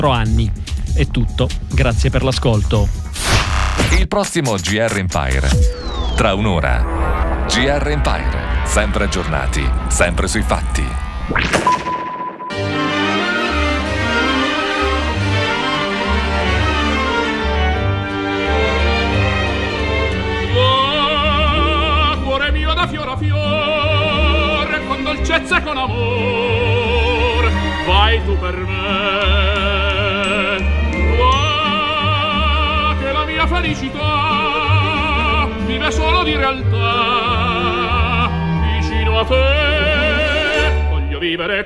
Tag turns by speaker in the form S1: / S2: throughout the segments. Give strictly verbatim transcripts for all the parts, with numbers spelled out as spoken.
S1: quattro anni. È tutto, grazie per l'ascolto.
S2: Il prossimo G R Empire, tra un'ora. G R Empire, sempre aggiornati, sempre sui fatti.
S3: Oh, cuore mio da fiore a fiore, con dolcezza e con amor, vai tu per me. Oh, che la mia felicità vive solo di realtà, vicino a te voglio vivere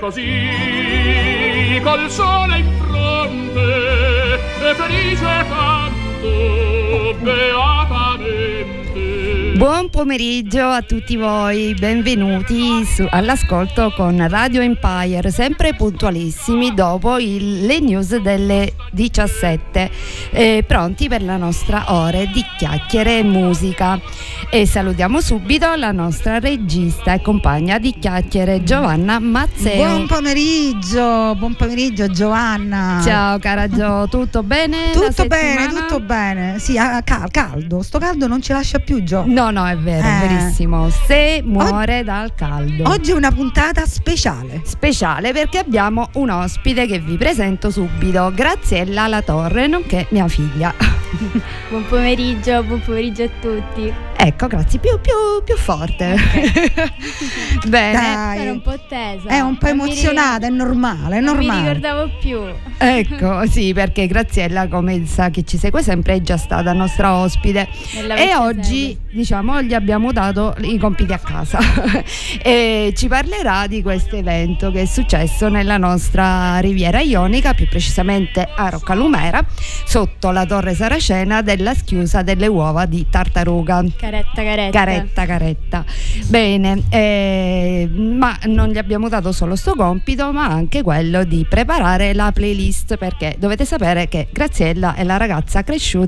S3: così, col sole in fronte e felice canto beatamente.
S4: Buon pomeriggio a tutti voi, benvenuti su, all'ascolto con Radio Empire, sempre puntualissimi dopo il, le news delle diciassette, eh, pronti per la nostra ora di chiacchiere e musica. E salutiamo subito la nostra regista e compagna di chiacchiere, Giovanna Mazzeo.
S5: Buon pomeriggio, buon pomeriggio Giovanna.
S4: Ciao cara Gio, tutto bene?
S5: Tutto bene, tutto bene. Sì, cal- caldo, sto caldo non ci lascia più, Gio.
S4: No, no, è vero,
S5: Eh.
S4: è verissimo. Se muore o- dal caldo.
S5: Oggi è una puntata speciale.
S4: Speciale perché abbiamo un ospite che vi presento subito, Graziella La Torre, nonché mia figlia.
S6: Buon pomeriggio, buon pomeriggio a tutti.
S4: Ecco, grazie, più, più, più forte.
S6: Okay.
S4: Bene.
S5: Dai.
S6: Sono un po' tesa.
S5: È un po'
S6: Non mi
S5: emozionata, è normale, è
S6: Non
S5: normale.
S6: mi ricordavo più.
S4: Ecco, sì, perché Graziella, come sa chi ci segue sempre, è già stata nostra ospite.
S6: Nella
S4: E
S6: vecchia
S4: oggi,
S6: sede.
S4: diciamo, gli abbiamo dato i compiti a casa. E ci parlerà di questo evento che è successo nella nostra Riviera Ionica, più precisamente a Roccalumera, sotto la Torre Saracena della schiusa delle uova di tartaruga.
S6: Caretta, caretta.
S4: Caretta, caretta. Bene, eh, ma non gli abbiamo dato solo sto compito, ma anche quello di preparare la playlist, perché dovete sapere che Graziella è la ragazza cresciuta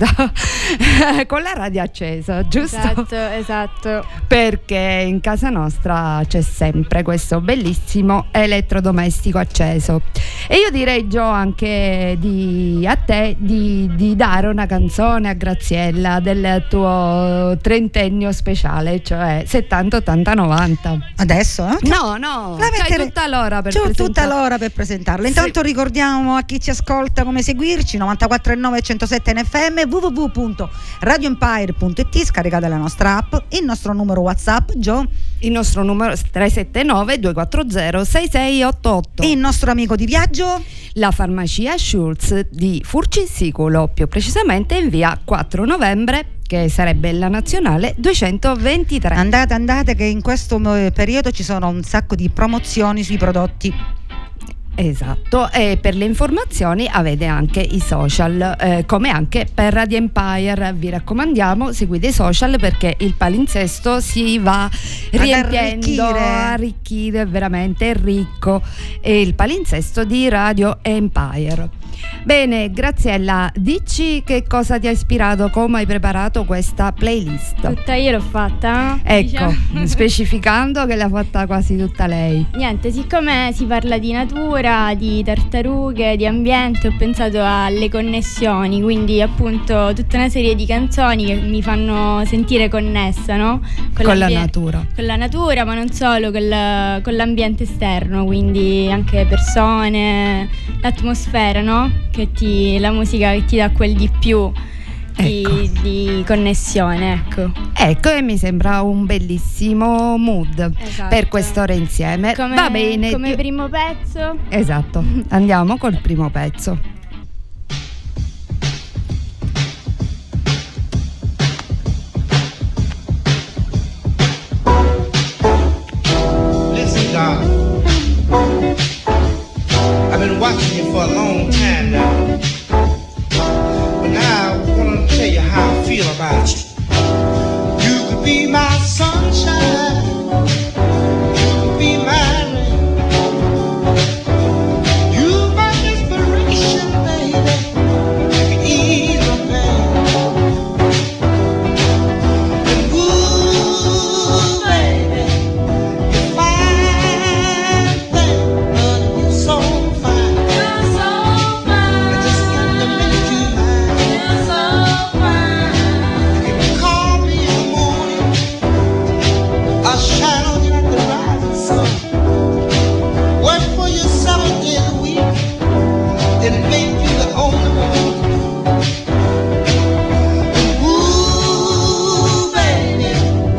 S4: con la radio accesa, giusto?
S6: Esatto, esatto.
S4: Perché in casa nostra c'è sempre questo bellissimo elettrodomestico acceso. E io direi, Gio, anche di, a te di, di dare una canzone a Graziella del tuo trentennio speciale, cioè settanta, ottanta, novanta.
S5: Adesso? Eh?
S4: No, no,
S5: La
S4: c'hai
S5: mettere-
S4: tutta l'ora per
S5: C'ho tutta
S4: presentare.
S5: l'ora per presentarla. Intanto ricordiamo a chi ci ascolta come seguirci: novantaquattro virgola nove e centosette in F M, w w w punto radio empire punto i t, scaricate la nostra app, il nostro numero WhatsApp, Gio,
S4: Il nostro numero è tre sette nove due quattro zero sei sei otto otto.
S5: e il nostro amico di viaggio,
S4: La farmacia Schulz di Furcisicolo, più precisamente in via quattro novembre, che sarebbe la nazionale duecentoventitré.
S5: andate andate che in questo eh, periodo ci sono un sacco di promozioni sui prodotti.
S4: Esatto, e per le informazioni avete anche i social, eh, come anche per Radio Empire. Vi raccomandiamo, seguite i social perché il palinsesto si va riempiendo,
S5: arricchire.
S4: arricchire, è veramente ricco, e il palinsesto di Radio Empire. Bene, Graziella, dici che cosa ti ha ispirato, come hai preparato questa playlist.
S6: Tutta io l'ho fatta.
S4: Ecco,
S6: diciamo.
S4: specificando che l'ha fatta quasi tutta lei.
S6: Niente, siccome si parla di natura, di tartarughe, di ambiente, ho pensato alle connessioni, quindi appunto tutta una serie di canzoni che mi fanno sentire connessa, no?
S4: Con la
S6: l'ambie-
S4: natura.
S6: Con la natura, ma non solo, con, la- con l'ambiente esterno, quindi anche persone, l'atmosfera, no? Che ti, la musica che ti dà quel di più di,
S4: Ecco.
S6: di connessione, ecco.
S4: Ecco, e mi sembra un bellissimo mood
S6: Esatto.
S4: per quest'ora insieme.
S6: Come,
S4: Va bene.
S6: come
S4: io-
S6: primo pezzo.
S4: Esatto, andiamo col primo pezzo.
S7: Listen, God, I've been watching you for a long time now. But now I want to tell you how I feel about you. You could be my sunshine. You could be my rain. You my inspiration. It'll make you the only one. Ooh, baby,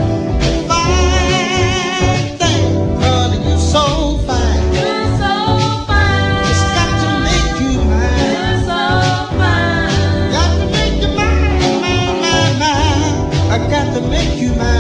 S7: fine thing, girl, you're so fine. You're so fine. It's got to make you mine. You're so fine. Got to make you mine, mine, mine, mine. I got to make you mine.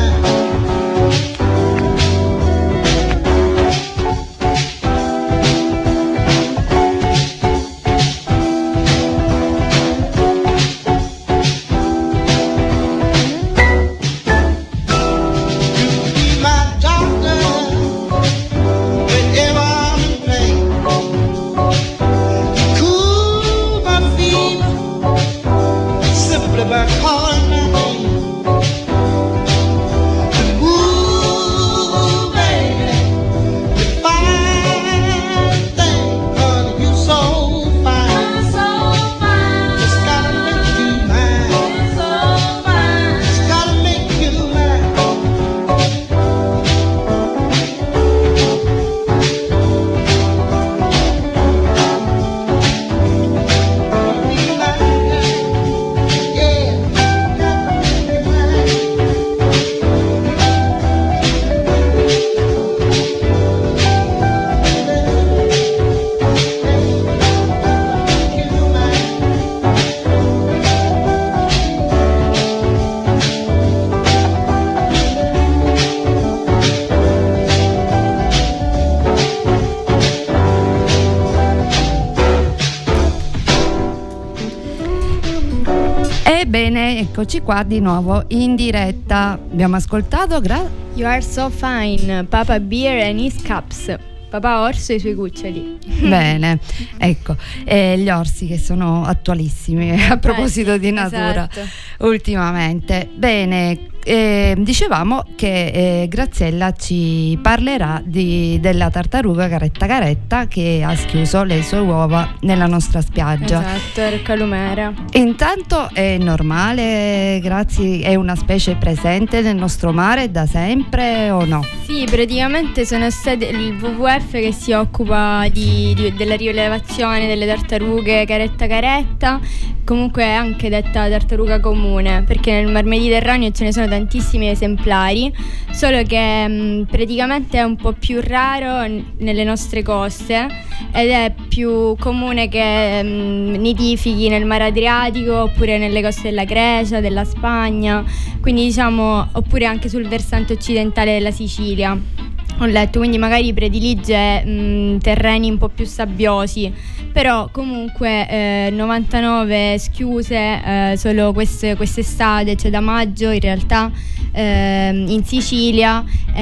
S4: Bene, eccoci qua di nuovo in diretta. Abbiamo ascoltato gra-
S6: You Are So Fine, Papa Bear and His Cups, Papà Orso e i suoi cuccioli.
S4: Bene, ecco, eh, gli orsi che sono attualissimi a proposito
S6: eh,
S4: di natura,
S6: esatto.
S4: Ultimamente. Bene, eh, dicevamo che eh, Graziella ci parlerà di, della tartaruga Caretta Caretta che ha schiuso le sue uova nella nostra spiaggia.
S6: Esatto, Rocca Lumera.
S4: Intanto è normale, Grazie, è una specie presente nel nostro mare da sempre o no?
S6: Sì, praticamente sono state il W W F che si occupa di, di, della rilevazione delle tartarughe Caretta Caretta, comunque è anche detta tartaruga comune, perché nel Mar Mediterraneo ce ne sono tantissimi esemplari, solo che mh, praticamente è un po' più raro n- nelle nostre coste ed è più comune che mh, nidifichi nel Mar Adriatico oppure nelle coste della Grecia, della Spagna, quindi diciamo, oppure anche sul versante occidentale della Sicilia. Ho letto, quindi magari predilige mh, terreni un po' più sabbiosi, però comunque eh, novantanove schiuse eh, solo queste, quest'estate, cioè da maggio in realtà eh, in Sicilia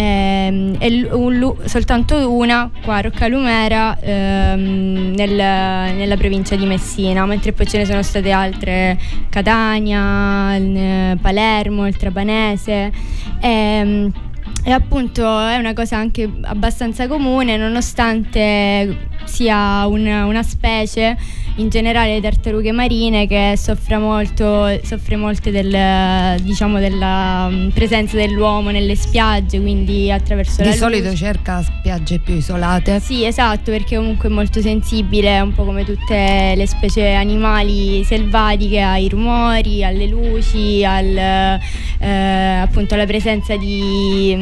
S6: eh, e l- un, soltanto una qua a Roccalumera eh, nel, nella provincia di Messina, mentre poi ce ne sono state altre Catania, eh, Palermo, il Trapanese. E, E appunto è una cosa anche abbastanza comune, nonostante sia una, una specie in generale le tartarughe marine che soffre molto, soffre molto del, diciamo, della presenza dell'uomo nelle spiagge, quindi attraverso
S4: di
S6: la
S4: solito
S6: luce.
S4: cerca spiagge più isolate.
S6: Sì, esatto, perché comunque è molto sensibile, un po' come tutte le specie animali selvatiche, ai rumori, alle luci, al, eh, appunto alla presenza di,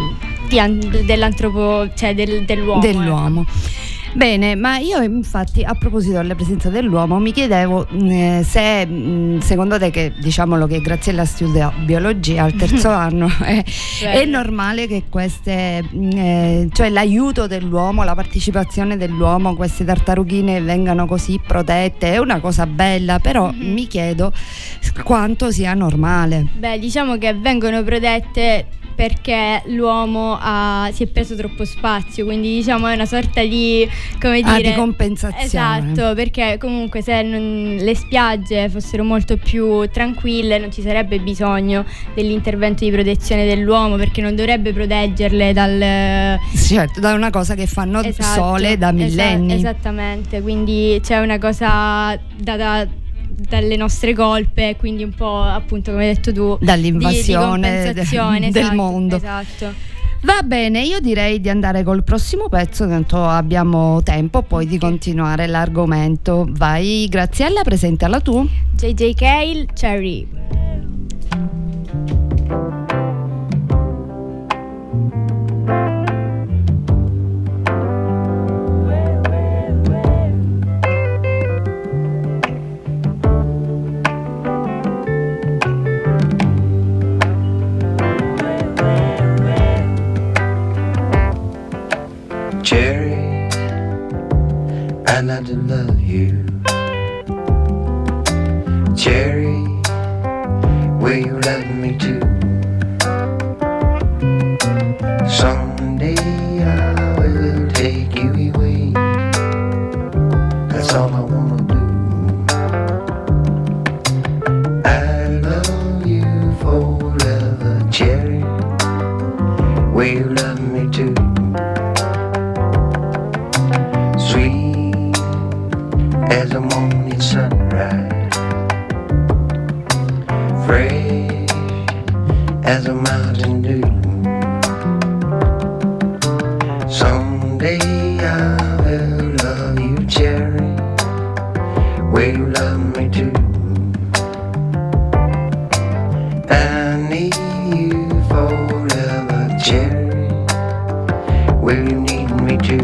S6: di dell'antropo, cioè del, dell'uomo.
S4: Dell'uomo.
S6: Ecco.
S4: Bene, ma io infatti a proposito della presenza dell'uomo mi chiedevo eh, se mh, secondo te, che diciamolo che Graziella studia biologia al terzo anno, è, è normale che queste, eh, cioè l'aiuto dell'uomo, la partecipazione dell'uomo, queste tartarughine vengano così protette, è una cosa bella, però mm-hmm. mi chiedo quanto sia normale.
S6: Beh, diciamo che vengono protette perché l'uomo ha, si è preso troppo spazio, quindi diciamo è una sorta di, come dire,
S4: ah, di compensazione.
S6: Esatto, perché comunque se non, le spiagge fossero molto più tranquille non ci sarebbe bisogno dell'intervento di protezione dell'uomo, perché non dovrebbe proteggerle dal...
S4: Certo, da una cosa che fanno
S6: esatto,
S4: sole da millenni.
S6: Esa- esattamente, quindi c'è una cosa data dalle nostre colpe, quindi un po' appunto come hai detto tu
S4: dall'invasione
S6: di, di compensazione,
S4: del
S6: esatto,
S4: mondo.
S6: Esatto.
S4: Va bene, io direi di andare col prossimo pezzo, tanto abbiamo tempo poi di continuare l'argomento. Vai Graziella, presentala tu.
S6: J J Cale, Cherry.
S8: Cherry, I like to love you. Cherry, will you love me too? Someday I will take you away. That's all I wanna do. I love you forever, Cherry. Will you love me too? Sweet as a morning sunrise, fresh as a mountain dew. Someday I will love you, Cherry. Will you love me too? I need you forever, Cherry. Will you need me too?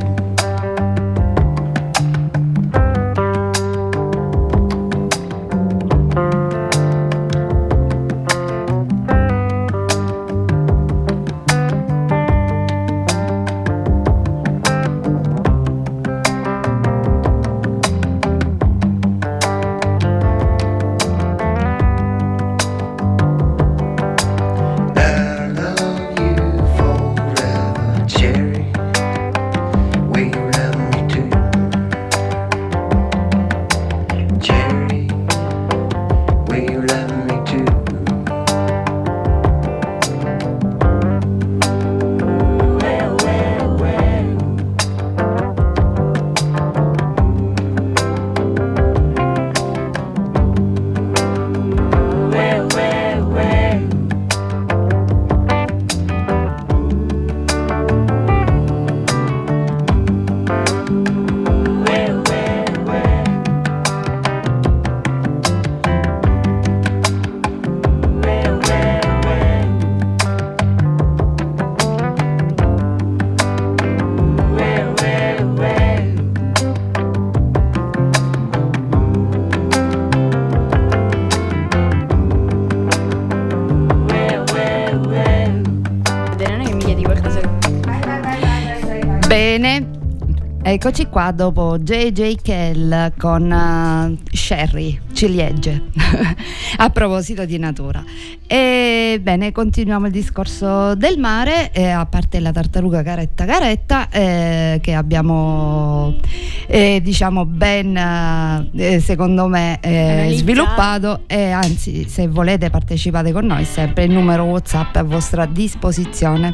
S4: Eccoci qua dopo J J Cale con uh, Sherry, ciliegie, a proposito di natura. E bene, continuiamo il discorso del mare, eh, a parte la tartaruga caretta caretta, eh, che abbiamo eh, diciamo ben, eh, secondo me, eh, sviluppato, e anzi, se volete partecipate con noi, sempre il numero WhatsApp a vostra disposizione.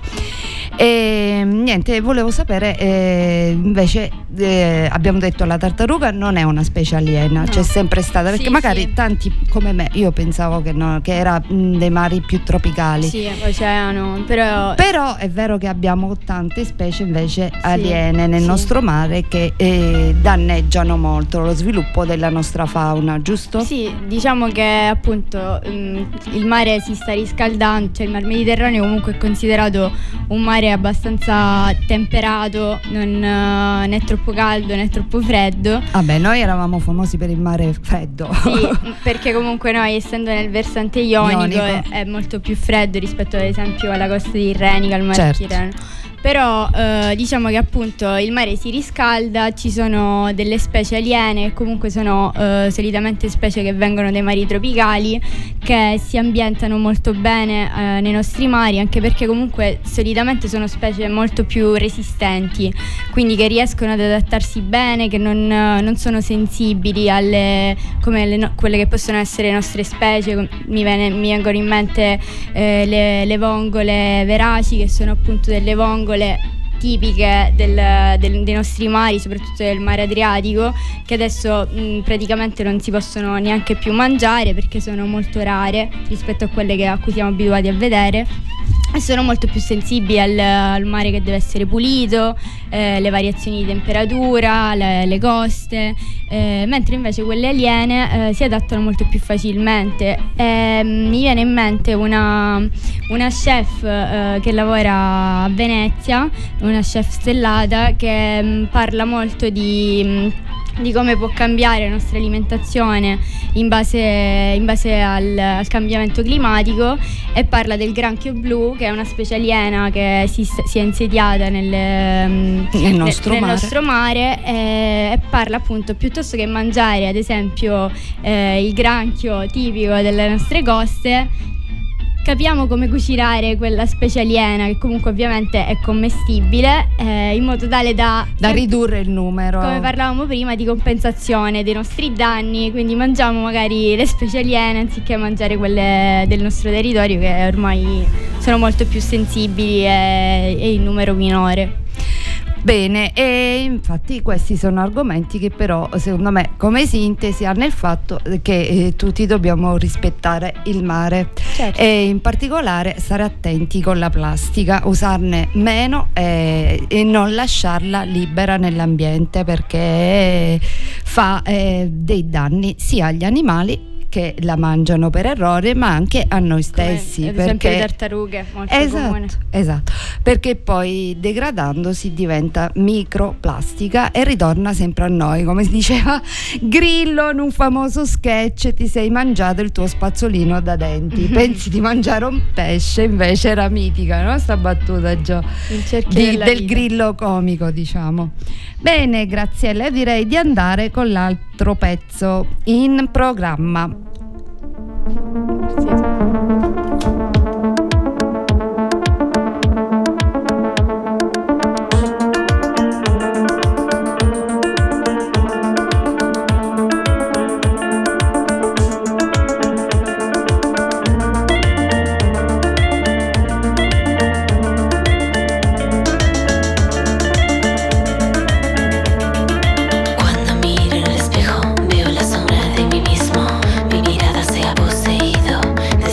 S4: E niente, volevo sapere, eh, invece eh, abbiamo detto la tartaruga non è una specie aliena, no. C'è sempre stata, perché sì, magari sì. Tanti come me, io pensavo che, no, che era mh, dei mari più tropicali.
S6: Sì, oceano, però
S4: però è vero che abbiamo tante specie invece sì, aliene nel
S6: sì.
S4: nostro mare che eh, danneggiano molto lo sviluppo della nostra fauna, giusto?
S6: Sì, diciamo che appunto mh, il mare si sta riscaldando, cioè il mar Mediterraneo comunque è considerato un mare abbastanza temperato, non uh, né troppo caldo né troppo freddo.
S4: Vabbè, noi eravamo famosi per il mare freddo.
S6: Sì, perché comunque noi, essendo nel versante ionico, è, è molto più freddo rispetto ad esempio alla costa tirrenica, al mare
S4: certo.
S6: Tirreno. Però eh, diciamo che appunto il mare si riscalda, ci sono delle specie aliene, comunque sono eh, solitamente specie che vengono dai mari tropicali, che si ambientano molto bene eh, nei nostri mari, anche perché comunque solitamente sono specie molto più resistenti, quindi che riescono ad adattarsi bene, che non, non sono sensibili alle come le, quelle che possono essere le nostre specie. Mi, viene, mi vengono in mente eh, le, le vongole veraci, che sono appunto delle vongole tipiche del, del, dei nostri mari, soprattutto del mare Adriatico, che adesso mh, praticamente non si possono neanche più mangiare perché sono molto rare rispetto a quelle che, a cui siamo abituati a vedere. e sono molto più sensibili al, al mare che deve essere pulito, eh, le variazioni di temperatura, le, le coste, eh, mentre invece quelle aliene eh, si adattano molto più facilmente. E, mm, mi viene in mente una, una chef eh, che lavora a Venezia, una chef stellata che mh, parla molto di... Mh, di come può cambiare la nostra alimentazione in base, in base al, al cambiamento climatico, e parla del granchio blu, che è una specie aliena che si, si è insediata nel,
S4: nel, nostro,
S6: nel
S4: mare.
S6: nostro mare, e, e parla appunto, piuttosto che mangiare ad esempio eh, il granchio tipico delle nostre coste, capiamo come cucinare quella specie aliena, che comunque ovviamente è commestibile, eh, in modo tale da,
S4: da ridurre il numero,
S6: come parlavamo prima, di compensazione dei nostri danni. Quindi mangiamo magari le specie aliene anziché mangiare quelle del nostro territorio, che ormai sono molto più sensibili e, e in numero minore.
S4: Bene, e infatti questi sono argomenti che però secondo me come sintesi hanno il fatto che eh, tutti dobbiamo rispettare il mare,
S6: certo.
S4: E in particolare stare attenti con la plastica, usarne meno eh, e non lasciarla libera nell'ambiente, perché fa eh, dei danni sia agli animali che la mangiano per errore, ma anche a noi stessi.
S6: Come, ad
S4: perché
S6: esempio le tartarughe, molto
S4: esatto,
S6: comune.
S4: esatto, perché poi degradandosi diventa microplastica e ritorna sempre a noi, come si diceva Grillo in un famoso sketch: ti sei mangiato il tuo spazzolino da denti, pensi di mangiare un pesce, invece era mitica, no? Sta battuta, Gio,
S6: Il cerchio
S4: di,
S6: della
S4: del
S6: vita.
S4: Grillo comico, diciamo. Bene, Graziella, direi di andare con l'altro pezzo in programma.
S9: Cuando miro en el espejo veo la sombra de mí mismo. Mi mirada se ha poseído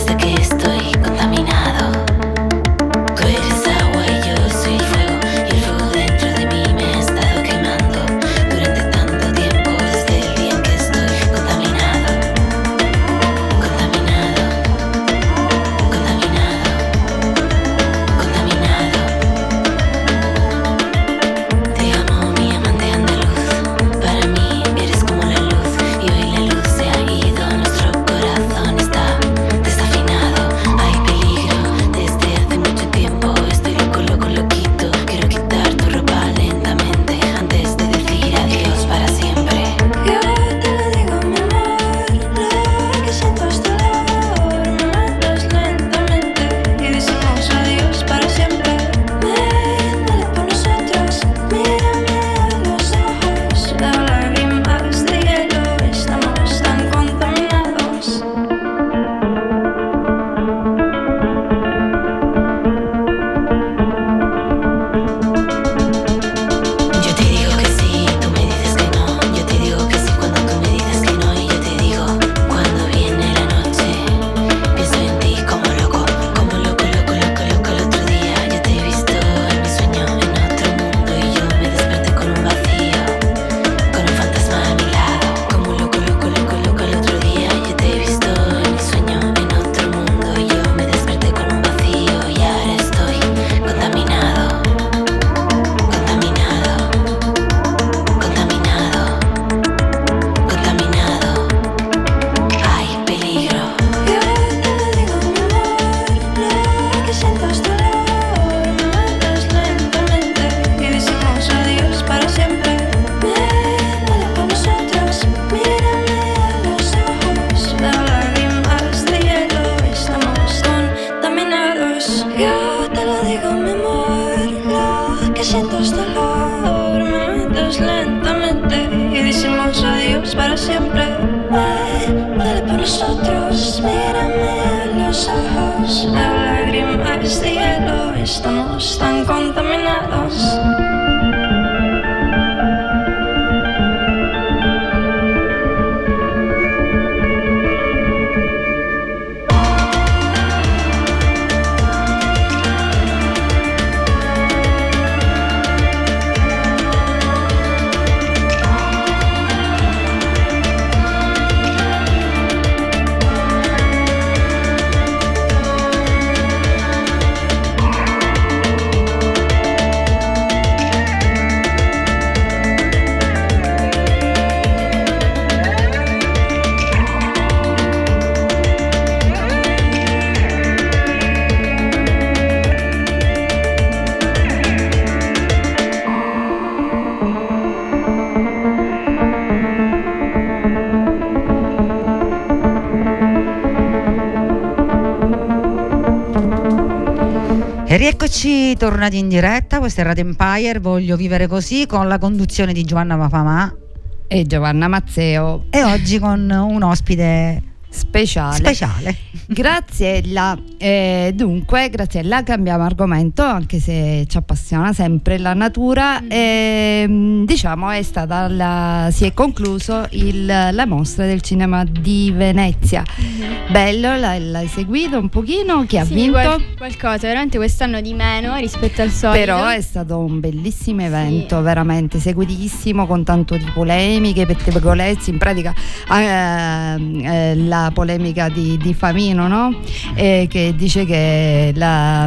S5: E rieccoci tornati in diretta, questa è Radio Empire, Voglio vivere così, con la conduzione di Giovanna Mafamà
S4: e Giovanna Mazzeo,
S5: e oggi con un ospite
S4: speciale.
S5: speciale.
S4: Graziella, eh, dunque Graziella, cambiamo argomento, anche se ci appassiona sempre la natura. Mm. E, diciamo è stata la, si è concluso il, la mostra del cinema di Venezia. Mm. Bello, l'hai, l'hai seguito un pochino? Chi ha
S6: sì,
S4: vinto?
S6: Qual- qualcosa, veramente quest'anno di meno rispetto al solito.
S4: Però è stato un bellissimo evento,
S6: sì.
S4: veramente seguitissimo, con tanto di polemiche, pettegolezzi. In pratica eh, eh, la polemica di, di Famino, no? Eh, che dice che la,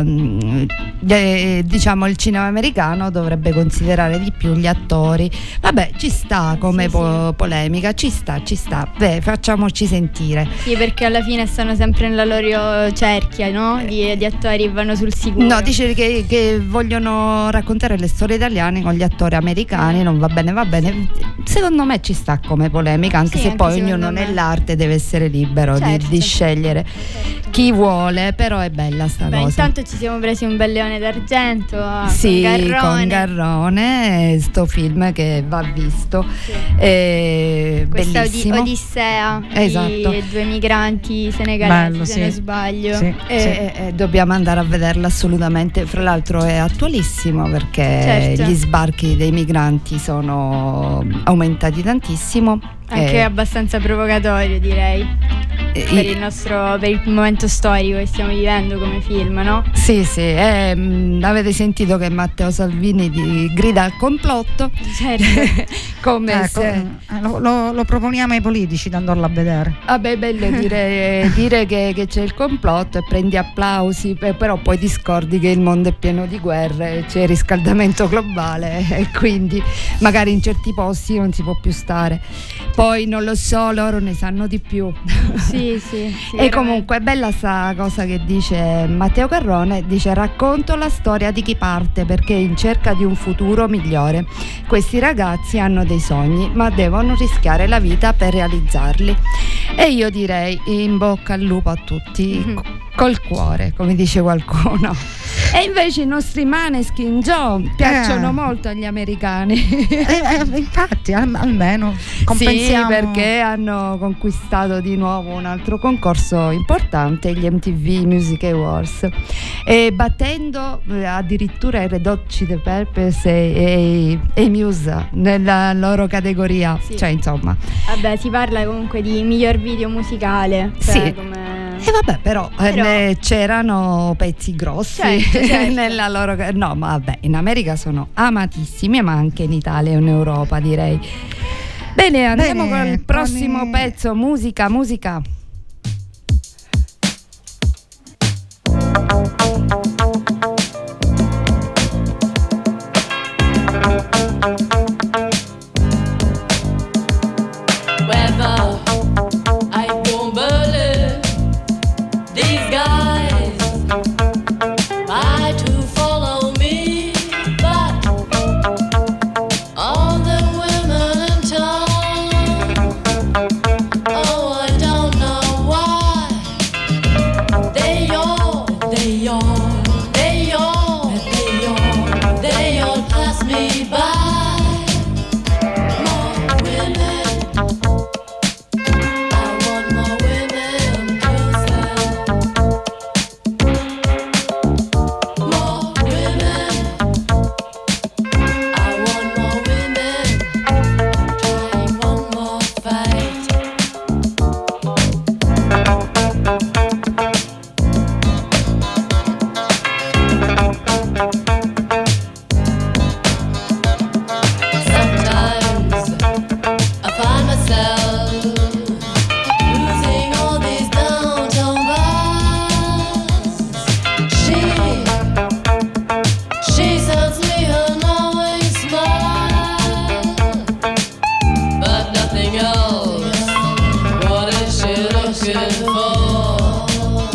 S4: eh, diciamo il cinema americano dovrebbe considerare di più gli attori. Vabbè, ci sta come
S6: sì,
S4: po-
S6: sì.
S4: polemica, ci sta, ci sta. Beh, facciamoci sentire.
S6: Sì, perché alla fine stanno sempre nella loro cerchia, no? Di, di attori che vanno sul sicuro.
S4: No, dice che, che vogliono raccontare le storie italiane con gli attori americani, non va bene, va bene. Secondo me ci sta come polemica, anche
S6: sì,
S4: se
S6: anche
S4: poi ognuno
S6: me.
S4: nell'arte deve essere libero
S6: certo.
S4: di, di scegliere
S6: certo.
S4: chi vuole, però è bella sta
S6: Beh,
S4: cosa.
S6: intanto ci siamo presi un bel leone d'argento
S4: sì,
S6: con Garrone.
S4: con Garrone, sto film che va visto.
S6: Sì.
S4: Eh,
S6: Questa
S4: bellissimo.
S6: Odi- Odissea
S4: Esatto.
S6: di due migranti senegalesi,
S5: Bello,
S6: se
S5: sì.
S6: non sbaglio.
S5: Sì.
S4: E, e- e dobbiamo andare a vederla assolutamente. Fra l'altro è attualissimo perché
S6: Certo.
S4: gli sbarchi dei migranti sono aumentati tantissimo.
S6: Anche
S4: e-
S6: abbastanza provocatorio, direi,
S4: e-
S6: per il nostro per il momento storico che stiamo vivendo come film, no?
S4: Sì, sì, eh, mh, avete sentito che Matteo Salvini di- grida al complotto,
S6: Certo.
S4: come
S5: Ecco,
S4: se...
S5: eh, lo, lo- lo proponiamo ai politici di andarlo a vedere.
S4: Vabbè, è bello dire, dire che, che c'è il complotto e prendi applausi, pe- però poi ti scordi che il mondo è pieno di guerre, c'è riscaldamento globale e quindi magari in certi posti non si può più stare. Poi non lo so, loro ne sanno di più.
S6: Sì, sì, sì,
S4: E comunque è bella sta cosa che dice Matteo Garrone, dice: racconto la storia di chi parte perché è in cerca di un futuro migliore. Questi ragazzi hanno dei sogni ma devono rischiare la vita per realizzarli. E io direi in bocca al lupo a tutti,
S6: Mm-hmm.
S4: col cuore, come dice qualcuno. E invece i nostri Maneskin, Joe, piacciono
S5: Eh.
S4: molto agli americani.
S5: Eh, eh, infatti, al- almeno compensiamo.
S4: Sì, perché hanno conquistato di nuovo un altro concorso importante, gli M T V Music Awards, e battendo eh, addirittura i Red Hot Chili Peppers e, e, e i Muse nella loro categoria.
S6: Sì.
S4: Cioè, insomma,
S6: Vabbè, si parla comunque di miglior video musicale, cioè
S4: Sì.
S6: come...
S4: e vabbè, però, eh,
S6: Però-
S4: ne- c'erano pezzi grossi
S6: Certo, certo.
S4: nella loro ca- no, ma vabbè, in America sono amatissimi, ma anche in Italia e in Europa, direi. Bene, andiamo
S5: Bene,
S4: con il prossimo
S5: con i-
S4: pezzo, musica, musica.
S9: Weather, I won't believe these guys try to follow me, but all the women in town, oh, I don't know why. They all, they all, they all, they all, they all pass me by. More women. I want more women closer. More women. I want more women. Trying one more fight. Sometimes I find myself losing all these downtown bars. She, she sends me her knowing smile, but nothing else. What is she looking for?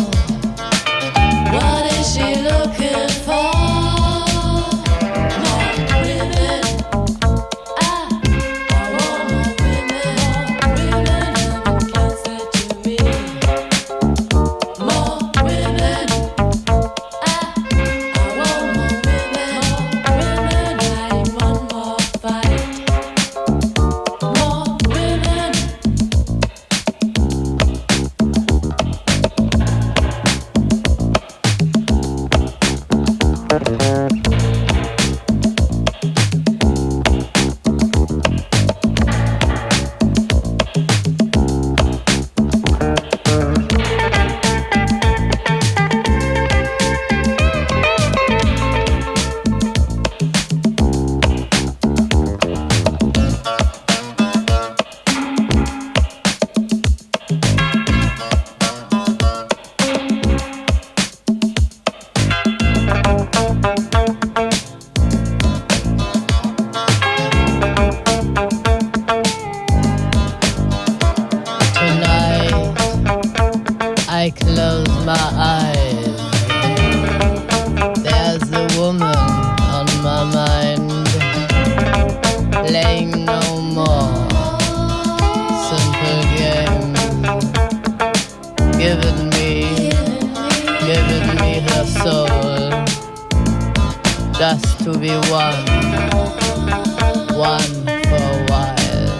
S9: What is she looking for? More women. I, I want more women. More women closer to me. More women. I, I
S10: I close my eyes, there's a woman on my mind, playing no more simple games, giving me, giving me her soul, just to be one, one for a while.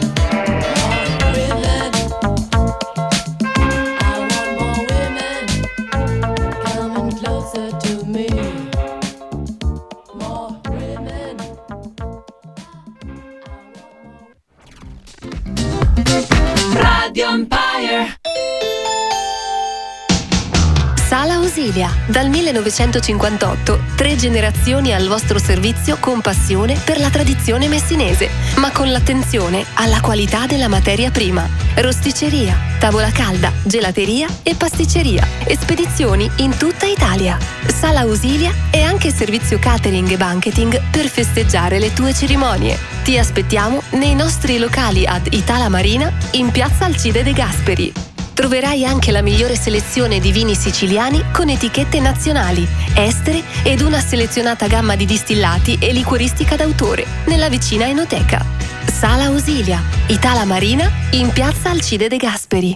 S11: Radio Empire. Sala Ausilia. Dal millenovecentocinquantotto, tre generazioni al vostro servizio con passione per la tradizione messinese, ma con l'attenzione alla qualità della materia prima. Rosticceria, tavola calda, gelateria e pasticceria. E spedizioni in tutta Italia. Sala Ausilia è anche servizio catering e banqueting per festeggiare le tue cerimonie. Ti aspettiamo nei nostri locali ad Itala Marina in piazza Alcide De Gasperi. Troverai anche la migliore selezione di vini siciliani con etichette nazionali, estere ed una selezionata gamma di distillati e liquoristica d'autore nella vicina enoteca. Sala Ausilia, Itala Marina in piazza Alcide De Gasperi.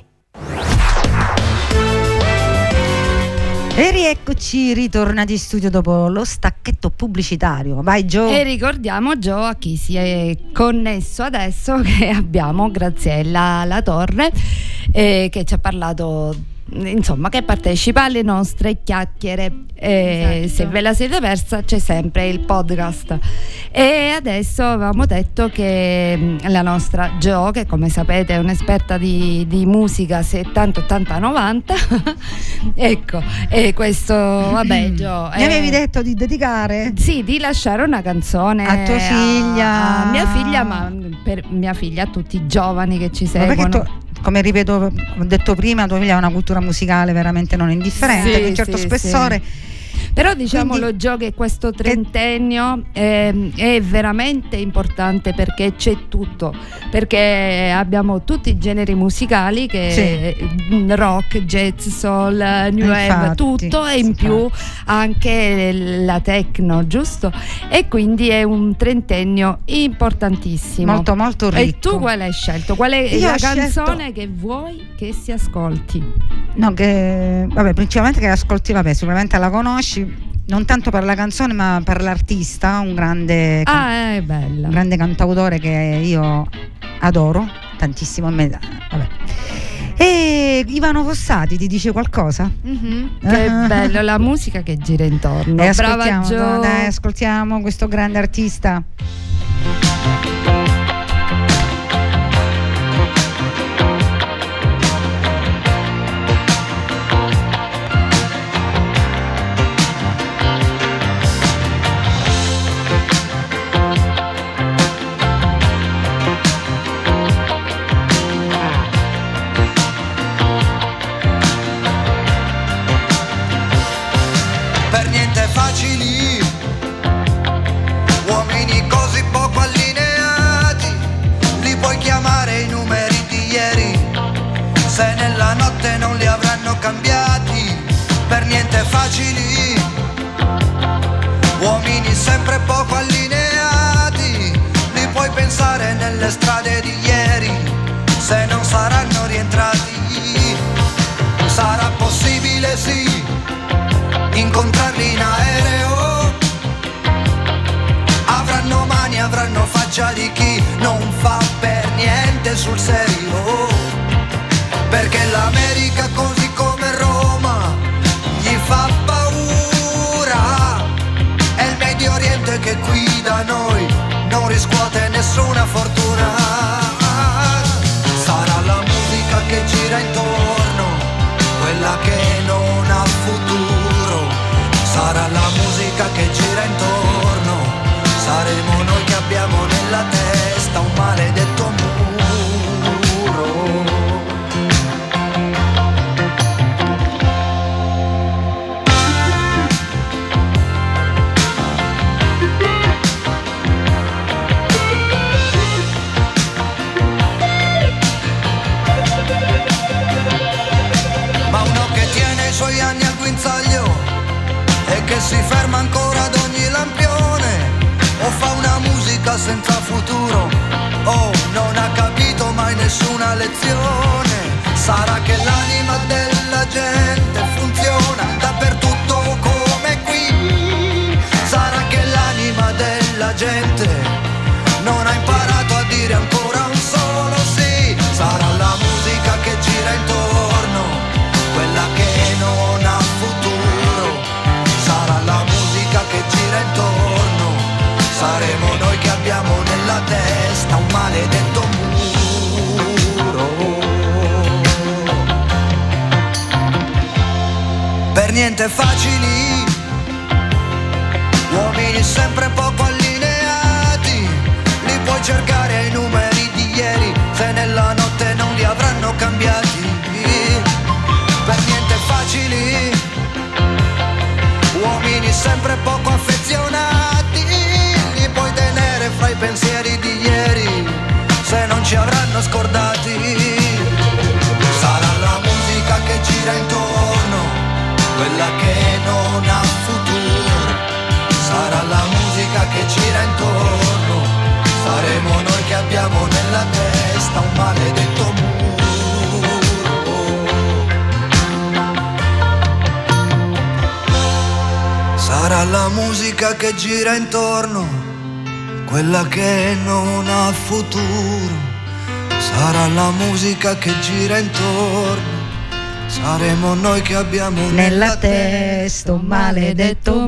S5: E rieccoci ritornati in studio dopo lo stacchetto pubblicitario. Vai Gio.
S4: E ricordiamo Gio a chi si è connesso adesso che abbiamo Graziella La Torre eh, che ci ha parlato, insomma, che partecipa alle nostre chiacchiere. Eh,
S6: Esatto.
S4: Se ve la siete persa c'è sempre il podcast. E adesso avevamo detto che mh, la nostra Gio, che come sapete è un'esperta di, di musica settanta, ottanta, novanta ecco, e questo vabbè Gio,
S5: Mi avevi detto di dedicare?
S4: Sì, di lasciare una canzone
S5: a tua figlia,
S4: a, a mia figlia, ma per mia figlia, a tutti i giovani che ci
S5: Ma
S4: seguono.
S5: perché tu, come ripeto, ho detto prima, tua figlia ha una cultura musicale veramente non indifferente,
S4: Sì,
S5: di un certo
S4: sì,
S5: spessore.
S4: sì. Però diciamolo Gio che questo trentennio eh, è veramente importante perché c'è tutto, perché abbiamo tutti i generi musicali che sì. rock, jazz, soul, new wave,
S5: infatti,
S4: tutto e in più anche la techno, giusto? E quindi è un trentennio importantissimo.
S5: Molto molto ricco.
S4: E tu quale hai scelto? Qual è
S5: Io
S4: la
S5: ho
S4: canzone
S5: scelto...
S4: che vuoi che si ascolti?
S5: No, che vabbè, principalmente che ascolti, vabbè, sicuramente la conosci, non tanto per la canzone ma per l'artista, un grande can-
S4: ah, è bella.
S5: un grande cantautore che io adoro tantissimo. Me- vabbè. E Ivano Fossati ti dice qualcosa?
S4: Mm-hmm. Che
S5: Ah.
S4: bello, la musica che gira intorno.
S5: E
S4: Brava
S5: ascoltiamo,
S4: Gio.
S5: dai, ascoltiamo questo grande artista.
S12: Per niente facili, uomini così poco allineati, li puoi chiamare i numeri di ieri, se nella notte non li avranno cambiati. Per niente facili, uomini sempre poco allineati, li puoi pensare nelle strade di ieri, se non saranno rientrati. Sarà possibile sì incontrarli in aereo, avranno mani, avranno faccia di chi non fa per niente sul serio, perché l'America così come Roma gli fa paura, è il Medio Oriente che qui da noi non riscuote nessuna fortuna. Sarà la musica che gira intorno, quella che non ha futuro, sarà la musica che gira intorno, saremo noi che abbiamo nella testa un maledetto muro. vita senza futuro. Oh, non ha capito mai nessuna lezione. Sarà che l'anima della gente funziona dappertutto come qui. Sarà che l'anima della gente non ha imparato a dire ancora un solo sì. Sarà la musica che gira intorno, quella che non ha futuro. Sarà la musica che gira intorno, saremo noi che abbiamo nella testa un maledetto muro. Per niente facili, uomini sempre poco allineati, li puoi cercare ai numeri di ieri, se nella notte non li avranno cambiati. Per niente facili, uomini sempre poco affezionati, li puoi tenere fra i pensieri di ieri, se non ci avranno scordati. Sarà la musica che gira intorno, quella che non ha futuro. Sarà la musica che gira intorno, saremo noi che abbiamo nella testa un maledetto muro. Sarà la musica che gira intorno, quella che non ha futuro. Sarà la musica che gira intorno, saremo noi che abbiamo nella, nella testa un maledetto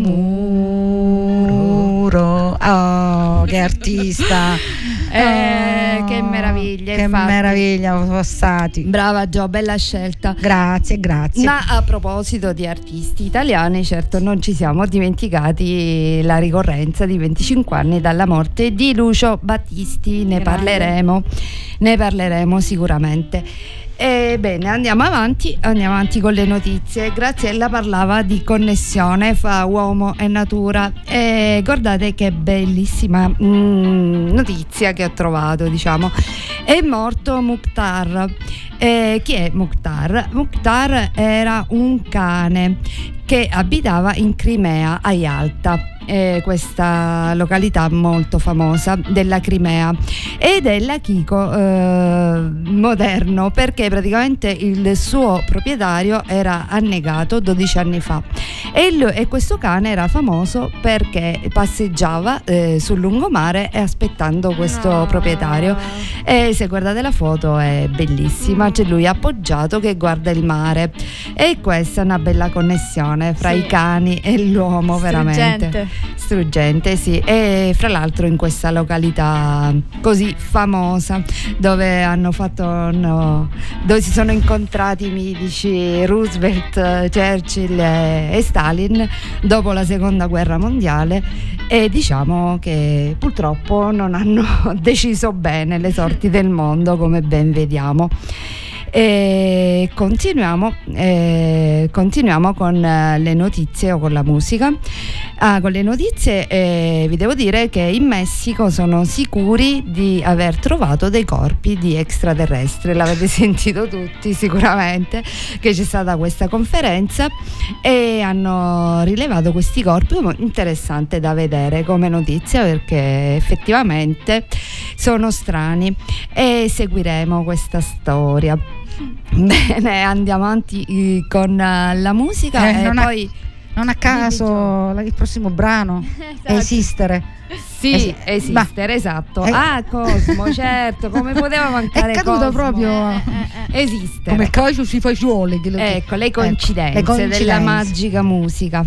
S12: muro.
S5: Oh, che artista!
S4: Eh, oh, che meraviglia,
S5: che
S4: infatti.
S5: meraviglia sono stati.
S4: Brava Gio, bella scelta.
S5: Grazie, grazie.
S4: Ma a proposito di artisti italiani, certo non ci siamo dimenticati la ricorrenza di venticinque anni dalla morte di Lucio Battisti. Ne
S6: Grande.
S4: parleremo, ne parleremo sicuramente. Ebbene, andiamo avanti, andiamo avanti con le notizie. Graziella parlava di connessione fra uomo e natura e guardate che bellissima mm, notizia che ho trovato, diciamo. È morto Mukhtar. Eh, chi è Mukhtar? Mukhtar era un cane che abitava in Crimea, a Yalta. Eh, questa località molto famosa della Crimea, ed è l'Achiko eh, moderno, perché praticamente il suo proprietario era annegato dodici anni fa e, il, e questo cane era famoso perché passeggiava eh, sul lungomare e aspettando questo
S6: no.
S4: proprietario, e se guardate la foto è bellissima, c'è lui appoggiato che guarda il mare, e questa è una bella connessione fra
S6: sì.
S4: i cani e l'uomo, veramente struggente, sì. E fra l'altro in questa località così famosa dove hanno fatto no, dove si sono incontrati i mitici Roosevelt, Churchill e, e Stalin dopo la seconda guerra mondiale, e diciamo che purtroppo non hanno deciso bene le sorti del mondo, come ben vediamo. E continuiamo, eh, continuiamo con le notizie o con la musica. Ah, con le notizie eh, vi devo dire che in Messico sono sicuri di aver trovato dei corpi di extraterrestri. L'avete sentito tutti sicuramente, che c'è stata questa conferenza e hanno rilevato questi corpi. Interessante da vedere come notizia, perché effettivamente sono strani, e seguiremo questa storia. Bene, andiamo avanti con la musica
S5: eh,
S4: e
S5: non
S4: poi
S5: a, non a caso il prossimo brano
S6: Esatto.
S5: Esistere.
S4: sì,
S5: Esi-
S4: esistere,
S5: ma-
S4: esatto.
S5: eh.
S4: Ah, Cosmo, certo, come poteva mancare
S5: È caduto
S4: Cosmo?
S5: proprio
S4: Esistere.
S5: come caso si fagioli. che lo-
S4: Ecco, le coincidenze,
S5: Ecco, le coincidenze.
S4: della magica musica.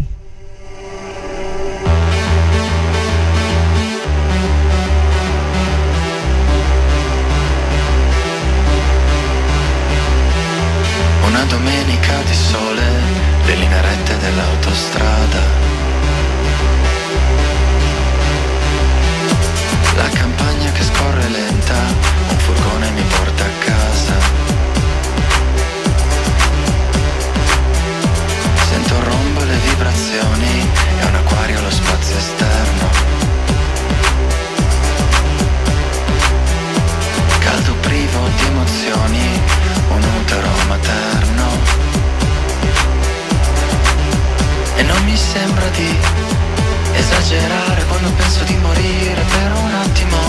S13: Una domenica di sole, le linee rette dell'autostrada. La campagna che scorre lenta, un furgone mi porta a casa. Sento un rombo e le vibrazioni, è un acquario allo spazio esterno. Caldo privo di emozioni, un utero materno. E non mi sembra di esagerare quando penso di morire per un attimo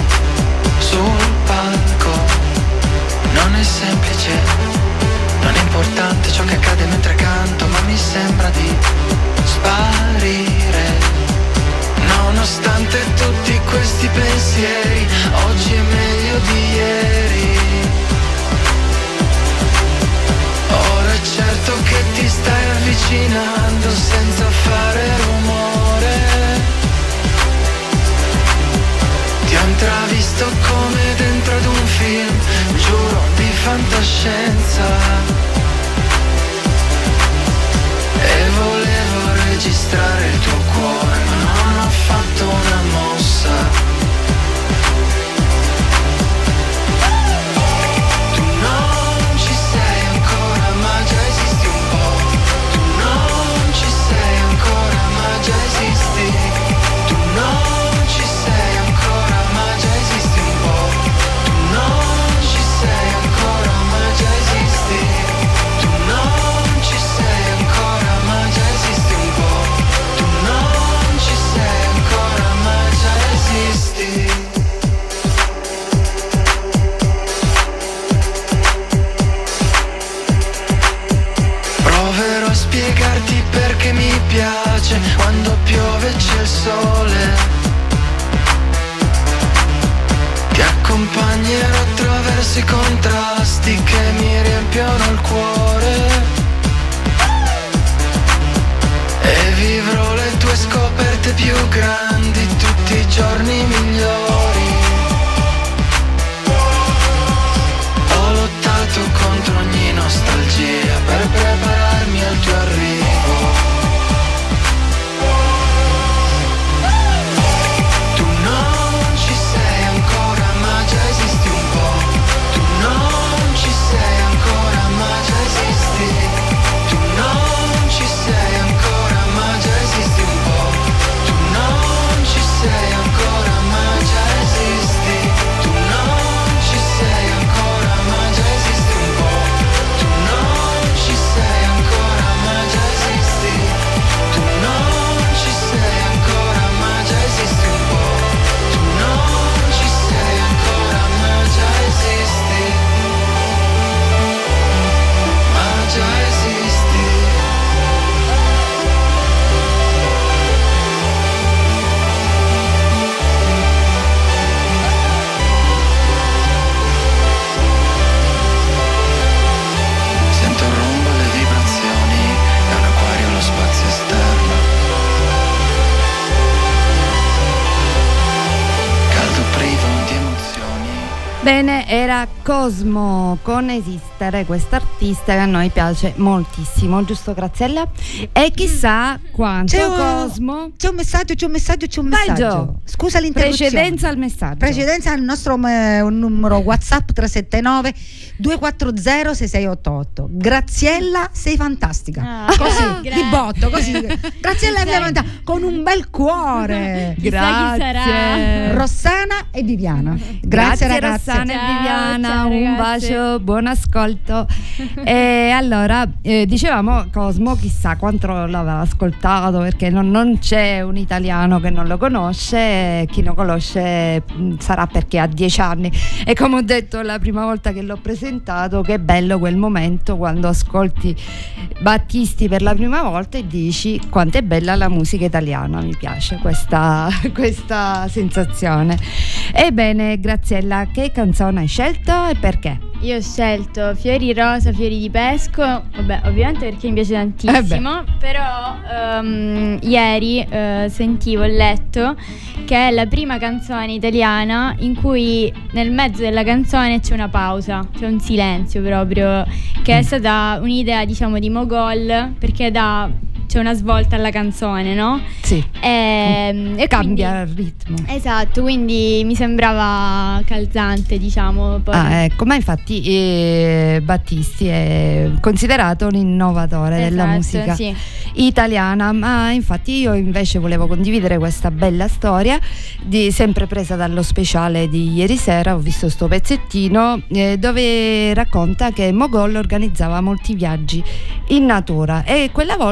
S13: sembra di sparire. Nonostante tutti questi pensieri, oggi è meglio di ieri. Ora è certo che ti stai avvicinando senza fare rumore. Ti ho intravisto come dentro ad un film, giuro, di fantascienza. E volevo registrare il tuo cuore, ma non ho fatto una mossa. Tu non ci sei ancora, ma già esisti un po'. Tu non ci sei ancora, ma già esisti. Tu non ci sei ancora, ma già esisti un po'. Tu non ci sei ancora, ma già esisti. Tu non ci sei ancora, ma già esisti un po'. Tu non ci sei ancora, ma già esisti. Proverò a spiegarti perché mi piace quando piove c'è il sole. Ti accompagnerò attraverso i contrasti che mi riempiono il cuore. E vivrò le tue scoperte più grandi, tutti i giorni migliori. Ho lottato contro ogni nostalgia per prepararmi al tuo arrivo. Tu non ci sei ancora, ma già esisti un po'. Tu non ci sei ancora, ma già esisti. Tu non ci sei ancora, ma già esisti un po'. Tu non ci sei ancora, ma già esisti. Tu non ci sei ancora, ma già esisti un po'. Tu non ci sei ancora, ma già esisti. Tu non ci sei ancora, ma già esisti un po'. Tu non ci sei ancora, ma già esisti. Ma già esisti. Sento il rombo, le vibrazioni, è un acquario allo spazio esterno. Caldo privo di emozioni.
S4: Bene, era Cosmo con Esistere, quest'artista che a noi piace moltissimo, giusto Graziella? E chissà quanto
S5: C'è un-
S4: Cosmo.
S5: C'è un messaggio, c'è un messaggio, c'è un
S4: Vai,
S5: messaggio.
S4: Gio.
S5: Scusa l'interruzione.
S4: Precedenza al messaggio.
S5: Precedenza al nostro eh, un numero WhatsApp tre sette nove due quattro zero sei sei otto otto. Graziella, sei fantastica.
S6: Ah,
S5: così,
S6: grazie.
S5: di botto, così. Graziella è fantastica, con un bel cuore.
S6: Chissà chi sarà.
S5: Rossana e Viviana. Grazie,
S4: Grazie
S5: ragazze.
S4: Rossana e
S6: Ciao,
S4: Viviana,
S6: ciao,
S4: un
S6: ragazze.
S4: bacio, buon ascolto. E allora eh, dicevamo Cosmo, chissà quanto l'avrà ascoltato, perché non, non c'è un italiano che non lo conosce, chi lo conosce mh, sarà perché ha dieci anni. E come ho detto la prima volta che l'ho presentato, che bello quel momento quando ascolti Battisti per la prima volta e dici quanto è bella la musica italiana. Mi piace questa, questa sensazione. Ebbene Graziella, che canzone hai scelto e perché?
S6: Io ho scelto Fiori rosa, fiori di pesco, vabbè, ovviamente perché mi piace tantissimo, però ehm, ieri eh, sentivo, ho letto che è la prima canzone italiana in cui nel mezzo della canzone c'è una pausa, c'è un silenzio proprio, che è stata un'idea, diciamo, di Mogol, perché dà, c'è una svolta alla canzone, no?
S4: Sì.
S6: E, e
S4: Cambia
S6: quindi-
S4: il ritmo.
S6: Esatto, quindi mi sembrava calzante, diciamo. Poi.
S4: Ah, ecco, ma infatti eh, Battisti è considerato un innovatore della
S6: Esatto,
S4: musica
S6: sì.
S4: italiana, ma infatti io invece volevo condividere questa bella storia di, sempre presa dallo speciale di ieri sera. Ho visto sto pezzettino eh, dove racconta che Mogol organizzava molti viaggi in natura e quella volta in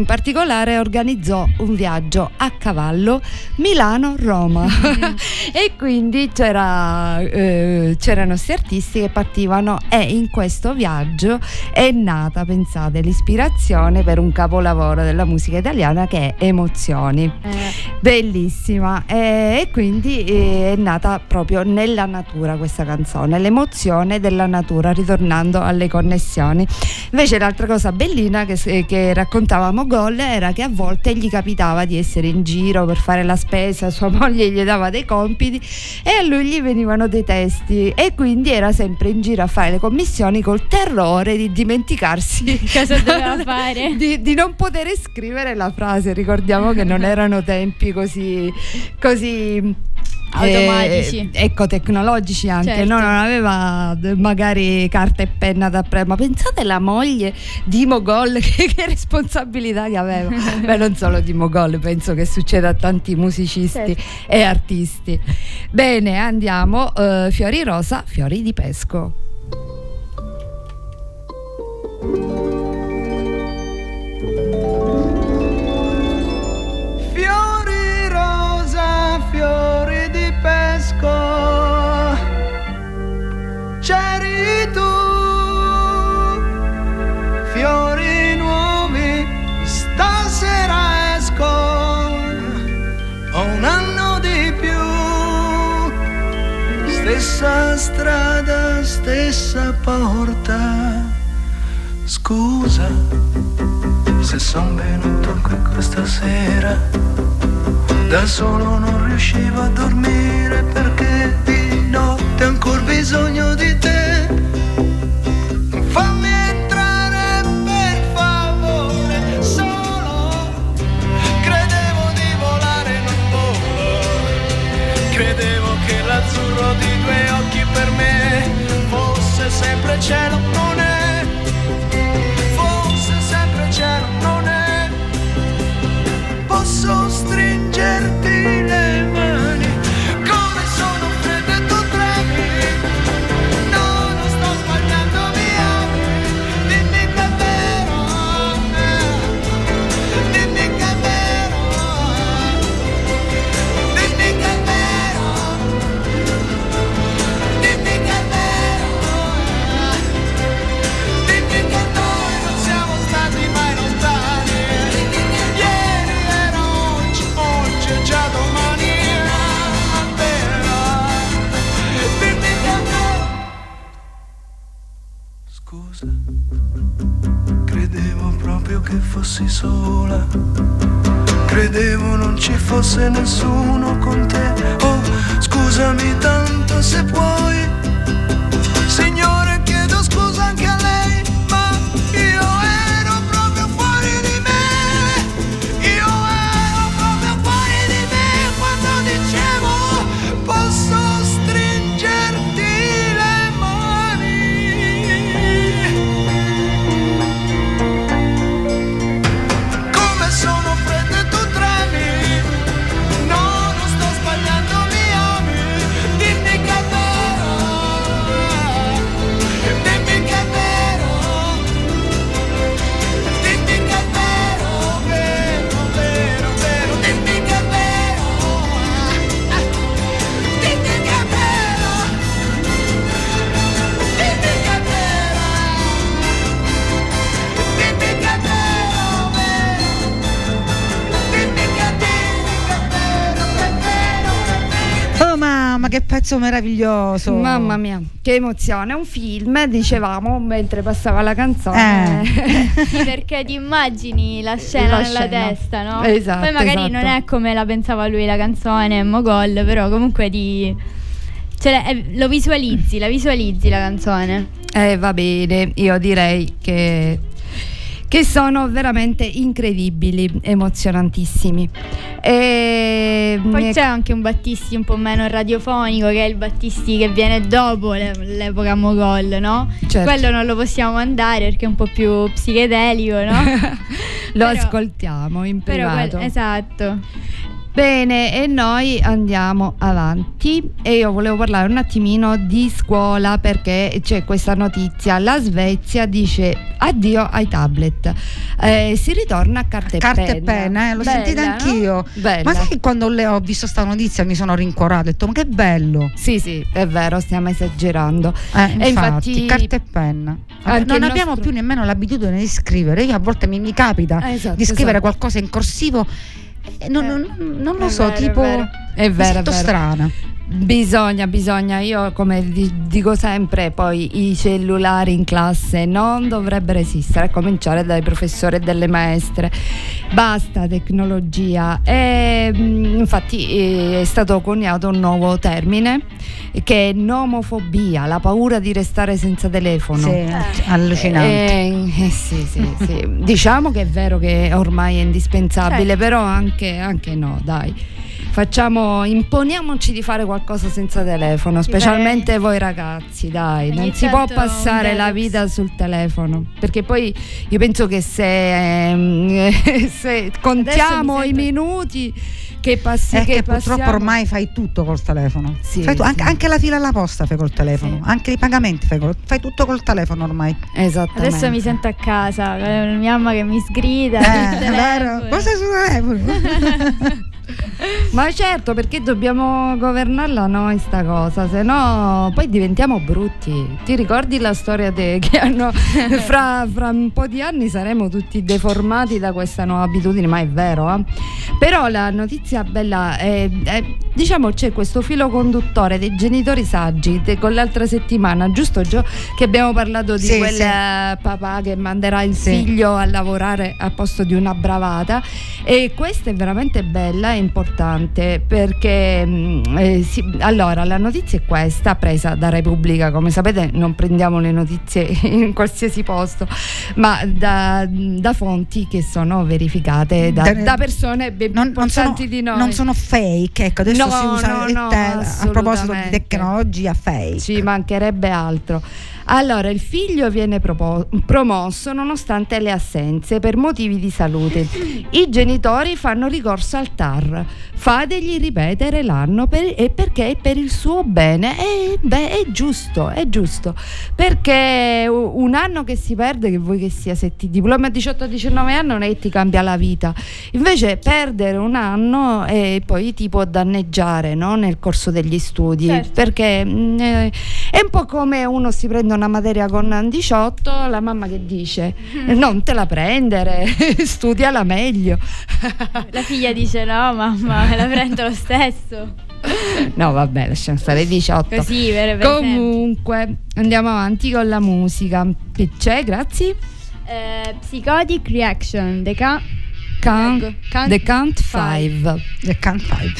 S4: particolare organizzò un viaggio a cavallo Milano-Roma e quindi c'era, eh, c'erano questi artisti che partivano e in questo viaggio è nata, pensate, l'ispirazione per un capolavoro della musica italiana che è Emozioni.
S6: Eh.
S4: Bellissima, e, e quindi eh, è nata proprio nella natura questa canzone, l'emozione della natura, ritornando alle connessioni. Invece l'altra cosa bellina che, che raccontava Mogol era che a volte gli capitava di essere in giro per fare la spesa, sua moglie gli dava dei compiti e a lui gli venivano dei testi e quindi era sempre in giro a fare le commissioni col terrore di dimenticarsi
S6: cosa doveva fare,
S4: di, di non poter scrivere la frase. Ricordiamo che non erano tempi così così
S6: automatici,
S4: eh, ecco, tecnologici anche,
S6: certo.
S4: no? Non aveva magari carta e penna da pre, ma pensate la moglie di Mogol che, che responsabilità che aveva. Beh, non solo di Mogol, penso che succeda a tanti musicisti, certo, e artisti. Bene, andiamo, uh, Fiori rosa, fiori di pesco.
S13: Fiori rosa, fiori di pesco, c'eri tu, fiori nuovi, stasera esco, ho un anno di più, stessa strada, stessa porta, scusa se son venuto qui questa sera, da solo non riuscivo a dormire perché di notte ho ancora bisogno di te. Fammi entrare per favore, solo credevo di volare in un volo, credevo che l'azzurro di tuoi occhi per me fosse sempre cielo, non è, fosse sempre cielo, non è. Posso stringerti le mani, come sono fredde tu tremi, no, non sto sbagliando, mi ami, dimmi che è vero, dimmi che è vero, dimmi che è vero, dimmi che è vero, dimmi che noi non siamo stati mai lontani, ieri era oggi, oggi è già domani, è vero, dimmi che è vero. Scusa, credevo proprio che fossi sola, credevo non ci fosse nessuno con te. Oh, scusami tanto se puoi, signore, chiedo scusa anche a lei, ma io ero proprio fuori di me, io ero proprio fuori di me quando dicevo posso stringerti le mani. Come sono fredde tu tremi, no, non sto sbagliando, mi ami, dimmi che è vero, dimmi che è vero, dimmi che è vero, vero, vero, vero, dimmi che è vero, dimmi che è vero, dimmi che è vero, dimmi che è vero, dimmi che è vero, che è vero.
S5: Oh mamma, che pezzo meraviglioso!
S4: Mamma mia, che emozione! È un film, dicevamo mentre passava la canzone.
S6: Sì, perché ti immagini la scena
S4: La
S6: nella
S4: scena.
S6: testa, no?
S4: Esatto,
S6: Poi magari
S4: esatto.
S6: non è come la pensava lui la canzone, Mogol, però comunque ti, cioè, eh, lo visualizzi, la visualizzi la canzone.
S4: Eh, va bene, io direi che che sono veramente incredibili, emozionantissimi. E
S6: Poi c'è anche un Battisti un po' meno radiofonico, che è il Battisti che viene dopo le- l'epoca Mogol, no?
S4: Certo.
S6: Quello non lo possiamo andare perché è un po' più psichedelico, no?
S4: lo
S6: Però-
S4: ascoltiamo in
S6: Però
S4: privato.
S6: quel- esatto.
S4: Bene, e noi andiamo avanti e io volevo parlare un attimino di scuola, perché c'è questa notizia: la Svezia dice addio ai tablet, eh, si ritorna a carta e
S5: Carta
S4: penna.
S5: e penna, eh, l'ho
S4: Bella,
S5: sentita
S4: no?
S5: anch'io.
S4: Bella.
S5: Ma sai che quando le ho visto sta notizia mi sono rincuorata, ho detto ma che bello.
S4: Sì, sì, è vero, stiamo esagerando.
S5: Eh, infatti,
S4: E infatti
S5: carta e penna.
S4: anche
S5: Non
S4: il
S5: abbiamo
S4: nostro-
S5: più nemmeno l'abitudine di scrivere. Io a volte mi, mi capita
S4: Eh, esatto,
S5: di scrivere
S4: esatto.
S5: qualcosa in corsivo e non, non- non lo
S6: È
S5: so,
S6: vero, è
S5: tipo
S6: vero.
S4: È
S5: mi
S4: vero, è
S5: sento
S4: vero.
S5: strana.
S4: Bisogna, bisogna, io come di- dico sempre, poi i cellulari in classe non dovrebbero esistere, a cominciare dai professori e dalle maestre. Basta tecnologia. E, mh, infatti eh, è stato coniato un nuovo termine che è nomofobia, la paura di restare senza telefono.
S5: Sì, allucinante.
S4: Eh, eh, sì, sì, sì. Diciamo che è vero che ormai è indispensabile,
S6: Certo.
S4: però anche, anche no, dai. Facciamo, imponiamoci di fare qualcosa senza telefono, specialmente voi ragazzi, dai, non
S6: Ogni
S4: si può
S6: tanto
S4: passare
S6: un
S4: la
S6: detox.
S4: vita sul telefono, perché poi io penso che se, ehm, se contiamo
S6: mi
S4: i
S6: sento-
S4: minuti che passi,
S5: È che,
S4: che
S5: purtroppo
S4: passiamo-
S5: ormai fai tutto col telefono.
S4: Sì,
S5: Fai tu-
S4: sì.
S5: anche, anche la fila alla posta fai col telefono,
S6: Sì.
S5: anche i pagamenti fai, col- fai tutto col telefono ormai.
S4: Esattamente.
S6: Adesso mi sento a casa, eh, mia mamma che mi sgrida.
S5: Eh,
S6: il
S5: è vero?
S6: telefono.
S5: Cosa sul telefono?
S4: Ma certo, perché dobbiamo governarla noi sta cosa, se no poi diventiamo brutti. Ti ricordi la storia de- che hanno fra, fra un po' di anni saremo tutti deformati da questa nuova abitudine, ma è vero, eh? Però la notizia bella è, è- diciamo c'è questo filo conduttore dei genitori saggi de- con l'altra settimana, giusto Gio? Che abbiamo parlato di
S5: Sì,
S4: quel
S5: sì.
S4: eh, papà che manderà il
S5: Sì.
S4: figlio a lavorare a posto di una bravata, e questa è veramente bella e importante perché mh, eh, sì, allora la notizia è questa, presa da Repubblica, come sapete non prendiamo le notizie in qualsiasi posto, ma da, da fonti che sono verificate da,
S5: Da-
S4: da persone ben
S5: Non, non sono,
S4: importanti di noi.
S5: non sono fake, ecco, adesso
S4: No,
S5: si usa
S4: no,
S5: il
S4: no,
S5: te- a proposito di
S4: assolutamente.
S5: tecnologia fake.
S4: Ci mancherebbe altro. Allora, il figlio viene propo- promosso nonostante le assenze per motivi di salute. I genitori fanno ricorso al T A R. Fategli ripetere l'anno per, e perché è per il suo bene. E beh, è giusto, è giusto. Perché u- un anno che si perde, che vuoi che sia, se ti diplomi a diciotto diciannove anni non è che ti cambia la vita. Invece perdere un anno e poi ti può danneggiare, no? Nel corso degli studi.
S6: Certo.
S4: Perché mh, eh, è un po' come uno si prende una materia con diciotto, la mamma che dice non te la prendere, studiala meglio.
S6: La figlia dice no mamma, me la prendo lo stesso.
S4: No vabbè, lasciamo stare diciotto.
S6: Così, per, per
S4: Comunque andiamo avanti con la musica. Che c'è? Grazie.
S6: Eh, Psychotic Reaction, The Ca-
S4: Count,
S6: Prego. Count
S4: The Count Five.
S5: The Count Five.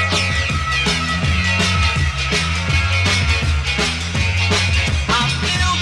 S13: I feel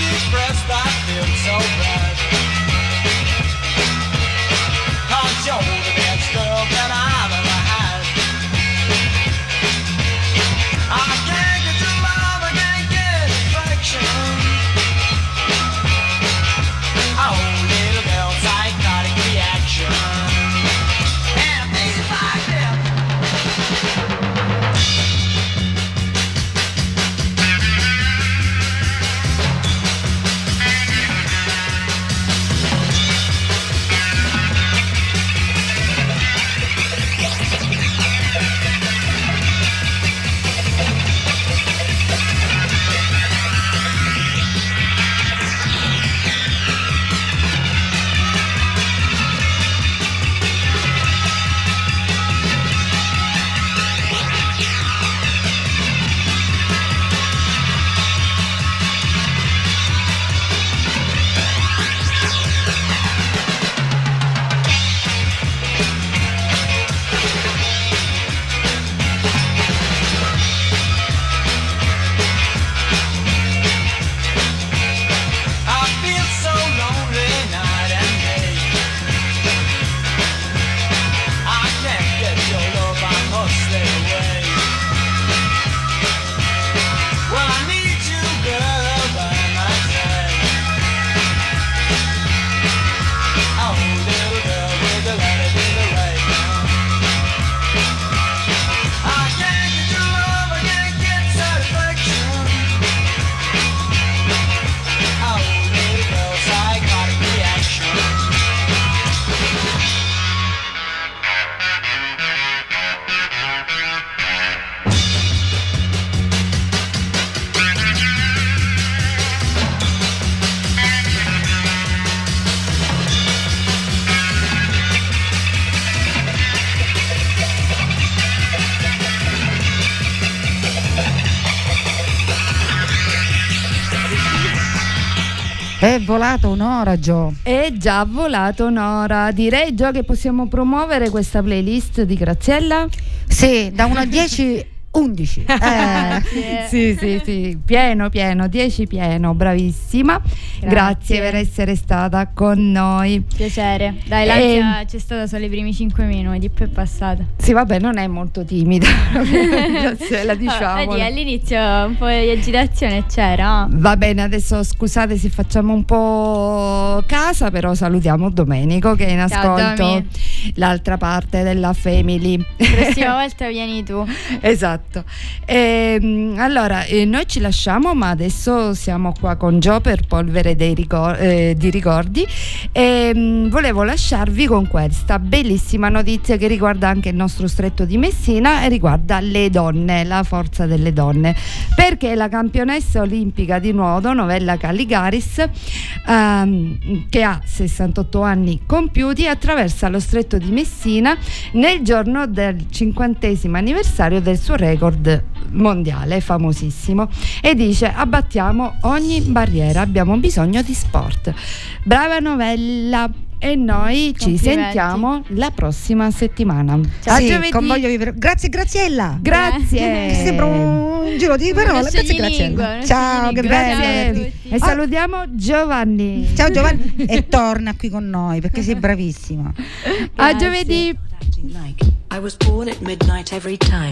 S5: È volato un'ora, Gio.
S4: È già volato un'ora. Direi, Gio, che possiamo promuovere questa playlist di Graziella?
S5: Sì, da uno a dieci undici. Eh.
S4: sì, sì, sì, pieno, pieno, dieci pieno, bravissima. Grazie, Grazie per essere stata con noi.
S6: Piacere. Dai, l'ansia e... c'è stata solo i primi cinque minuti, poi è passata.
S4: Sì, vabbè, non è molto timida. La diciamo.
S6: Vedi, all'inizio un po' di agitazione c'era.
S4: Va bene, adesso scusate se facciamo un po' casa, però salutiamo Domenico che è in ascolto. Ciao, l'altra parte della family.
S6: La prossima volta vieni tu.
S4: Esatto. E, allora eh, noi ci lasciamo, ma adesso siamo qua con Gio per Polvere dei ricor- eh, di ricordi e mh, volevo lasciarvi con questa bellissima notizia che riguarda anche il nostro stretto di Messina e riguarda le donne, la forza delle donne, perché la campionessa olimpica di nuoto Novella Calligaris, ehm, che ha sessantotto anni compiuti, attraversa lo stretto di Messina nel giorno del cinquantesimo anniversario del suo record mondiale famosissimo e dice: abbattiamo ogni barriera, abbiamo bisogno di sport. Brava Novella, e noi ci sentiamo la prossima settimana.
S5: Ciao, sì, a con voglio vivere. Grazie Graziella.
S4: Grazie.
S5: Eh. Sembra un giro di parole. Grazie Graziella. Ciao, che bello.
S4: E salutiamo Giovanni.
S5: Ciao Giovanni e torna qui con noi perché sei bravissima.
S4: A giovedì.
S14: I was born at midnight every time.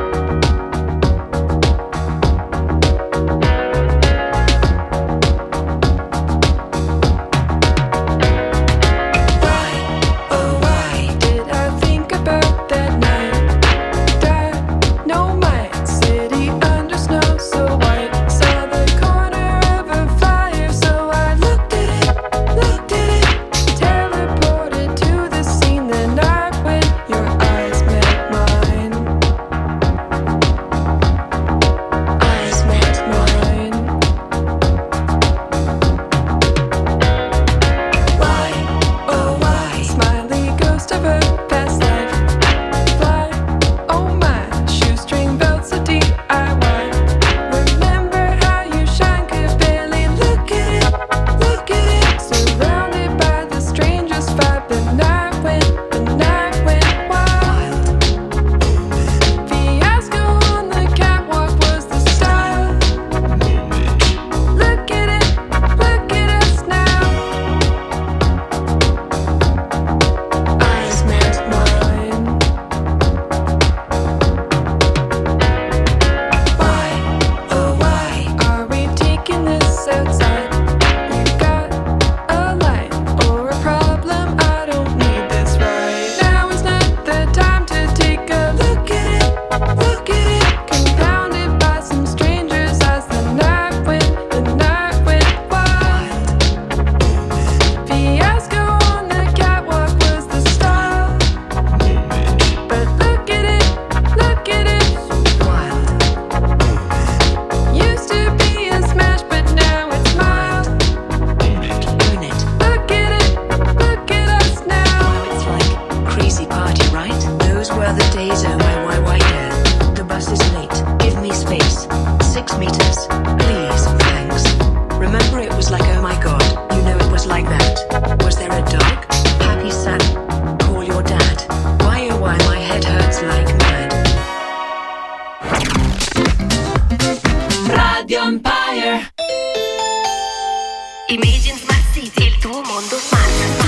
S11: Imagine Smart City, il tuo mondo smart.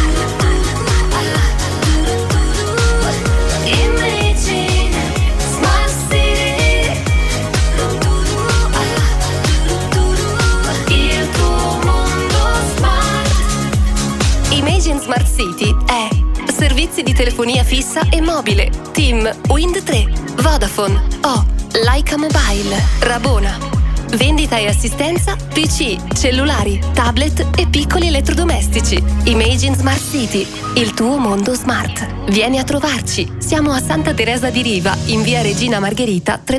S11: Imagine Smart City, il tuo mondo smart. Imagine Smart City è servizi di telefonia fissa e mobile, Team, Wind tre, Vodafone, O, Laika Mobile, Rabona. Vendita e assistenza P C, cellulari, tablet e piccoli elettrodomestici. Imagine Smart City, il tuo mondo smart. Vieni a trovarci. Siamo a Santa Teresa di Riva, in via Regina Margherita